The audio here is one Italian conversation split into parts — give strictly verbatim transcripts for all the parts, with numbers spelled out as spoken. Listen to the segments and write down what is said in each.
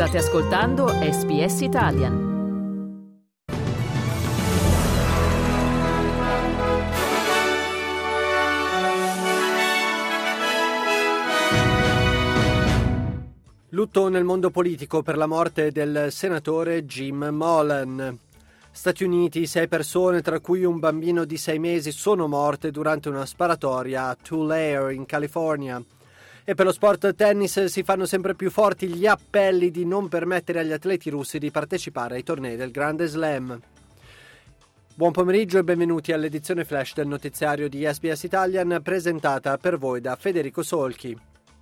State ascoltando S B S Italian. Lutto nel mondo politico per la morte del senatore Jim Molan. Stati Uniti, sei persone, tra cui un bambino di sei mesi, sono morte durante una sparatoria a Tulare, in California. E per lo sport tennis si fanno sempre più forti gli appelli di non permettere agli atleti russi di partecipare ai tornei del Grande Slam. Buon pomeriggio e benvenuti all'edizione flash del notiziario di S B S Italian, presentata per voi da Federico Solchi.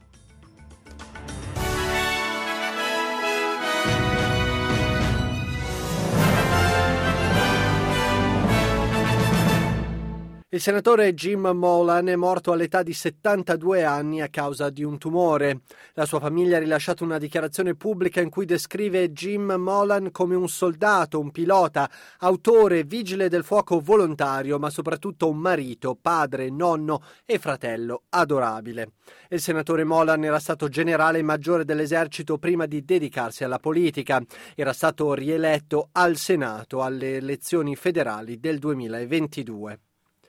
Il senatore Jim Molan è morto all'età di settantadue anni a causa di un tumore. La sua famiglia ha rilasciato una dichiarazione pubblica in cui descrive Jim Molan come un soldato, un pilota, autore, vigile del fuoco volontario, ma soprattutto un marito, padre, nonno e fratello adorabile. Il senatore Molan era stato generale maggiore dell'esercito prima di dedicarsi alla politica. Era stato rieletto al Senato alle elezioni federali del duemilaventidue.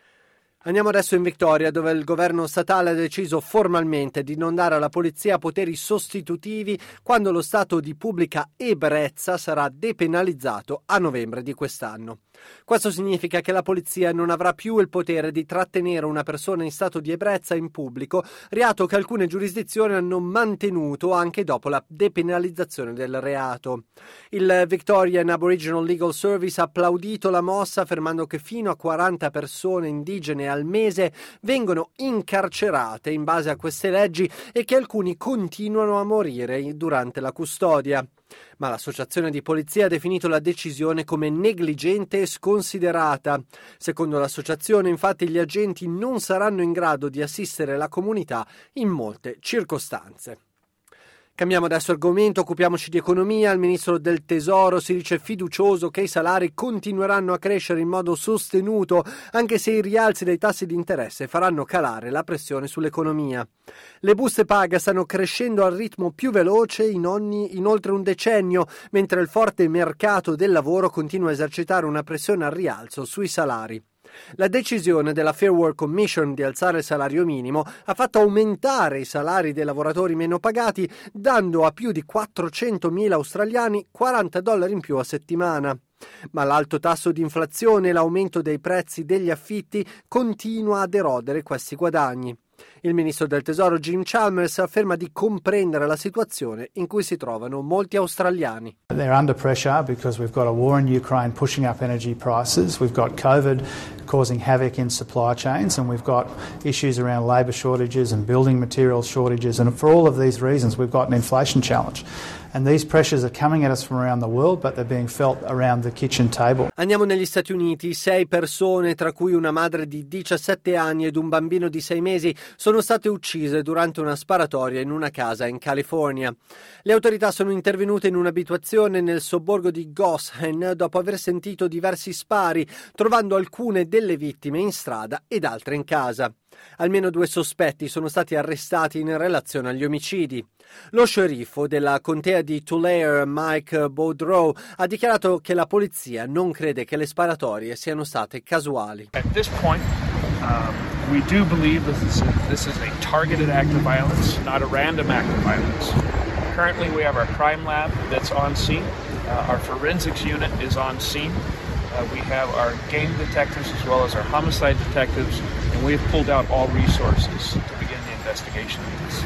Andiamo adesso in Victoria, dove il governo statale ha deciso formalmente di non dare alla polizia poteri sostitutivi quando lo stato di pubblica ebbrezza sarà depenalizzato a novembre di quest'anno. Questo significa che la polizia non avrà più il potere di trattenere una persona in stato di ebbrezza in pubblico, reato che alcune giurisdizioni hanno mantenuto anche dopo la depenalizzazione del reato. Il Victorian Aboriginal Legal Service ha applaudito la mossa, affermando che fino a quaranta persone indigene al mese vengono incarcerate in base a queste leggi e che alcuni continuano a morire durante la custodia. Ma l'associazione di polizia ha definito la decisione come negligente e sconsiderata. Secondo l'associazione, infatti, gli agenti non saranno in grado di assistere la comunità in molte circostanze. Cambiamo adesso argomento, occupiamoci di economia. Il ministro del Tesoro si dice fiducioso che i salari continueranno a crescere in modo sostenuto, anche se i rialzi dei tassi di interesse faranno calare la pressione sull'economia. Le buste paga stanno crescendo al ritmo più veloce in, ogni, in oltre un decennio, mentre il forte mercato del lavoro continua a esercitare una pressione al rialzo sui salari. La decisione della Fair Work Commission di alzare il salario minimo ha fatto aumentare i salari dei lavoratori meno pagati, dando a più di quattrocentomila australiani quaranta dollari in più a settimana. Ma l'alto tasso di inflazione e l'aumento dei prezzi degli affitti continua ad erodere questi guadagni. Il ministro del Tesoro Jim Chalmers afferma di comprendere la situazione in cui si trovano molti australiani. They're under pressure because we've got a war in Ukraine pushing up energy prices, we've got COVID causing havoc in supply chains, and we've got issues around labour shortages and building materials shortages, and for all of these reasons we've got an inflation challenge. And these pressures are coming at us from around the world, but they're being felt around the kitchen table. Andiamo negli Stati Uniti. Sei persone, tra cui una madre di diciassette anni ed un bambino di sei mesi, sono state uccise durante una sparatoria in una casa in California. Le autorità sono intervenute in un'abitazione nel sobborgo di Goshen dopo aver sentito diversi spari, trovando alcune delle vittime in strada ed altre in casa. Almeno due sospetti sono stati arrestati in relazione agli omicidi. Lo sceriffo della contea di Tulare, Mike Boudreau, ha dichiarato che la polizia non crede che le sparatorie siano state casuali. At this point, um, we do believe this is, a, this is a targeted act of violence, not a random act of violence. Currently, we have our crime lab that's on scene. Uh, our forensics unit is on scene. Uh, we have our game detectives as well as our homicide detectives, and we have pulled out all resources to begin the investigation of this.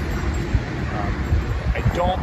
Um, I don't,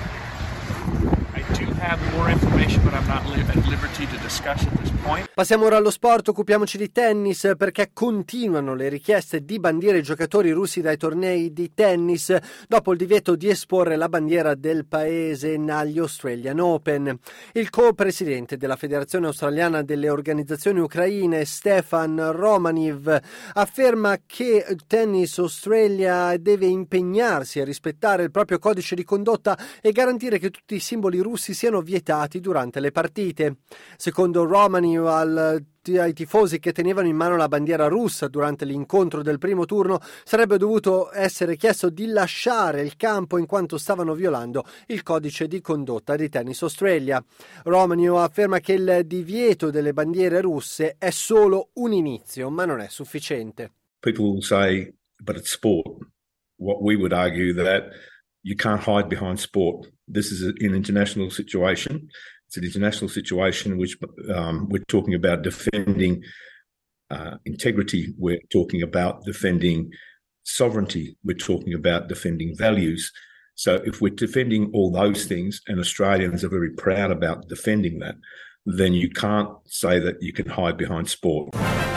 I do have more information, but I'm not at liberty to discuss at this point. Passiamo ora allo sport, occupiamoci di tennis perché continuano le richieste di bandire i giocatori russi dai tornei di tennis dopo il divieto di esporre la bandiera del paese agli Australian Open. Il co-presidente della Federazione Australiana delle Organizzazioni Ucraine, Stefan Romaniev, afferma che Tennis Australia deve impegnarsi a rispettare il proprio codice di condotta e garantire che tutti i simboli russi siano vietati durante le partite. Secondo Romaniev, al ai tifosi che tenevano in mano la bandiera russa durante l'incontro del primo turno sarebbe dovuto essere chiesto di lasciare il campo in quanto stavano violando il codice di condotta di Tennis Australia. Romagno afferma che il divieto delle bandiere russe è solo un inizio, ma non è sufficiente. People will say, but it's sport. What we would argue that you can't hide behind sport. This is an international situation. It's an international situation in which um, we're talking about defending uh, integrity, we're talking about defending sovereignty, we're talking about defending values. So if we're defending all those things, and Australians are very proud about defending that, then you can't say that you can hide behind sport.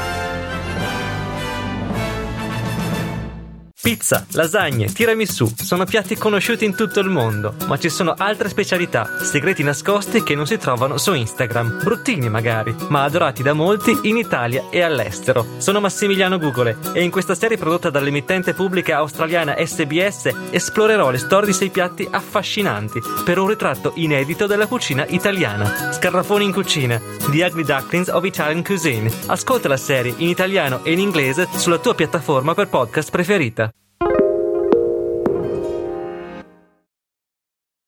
Pizza, lasagne, tiramisù sono piatti conosciuti in tutto il mondo, ma ci sono altre specialità, segreti nascosti che non si trovano su Instagram, bruttini magari, ma adorati da molti in Italia e all'estero. Sono Massimiliano Gugole e in questa serie prodotta dall'emittente pubblica australiana S B S esplorerò le storie di sei piatti affascinanti per un ritratto inedito della cucina italiana. Scarafoni in cucina, The Ugly Ducklings of Italian Cuisine. Ascolta la serie in italiano e in inglese sulla tua piattaforma per podcast preferita.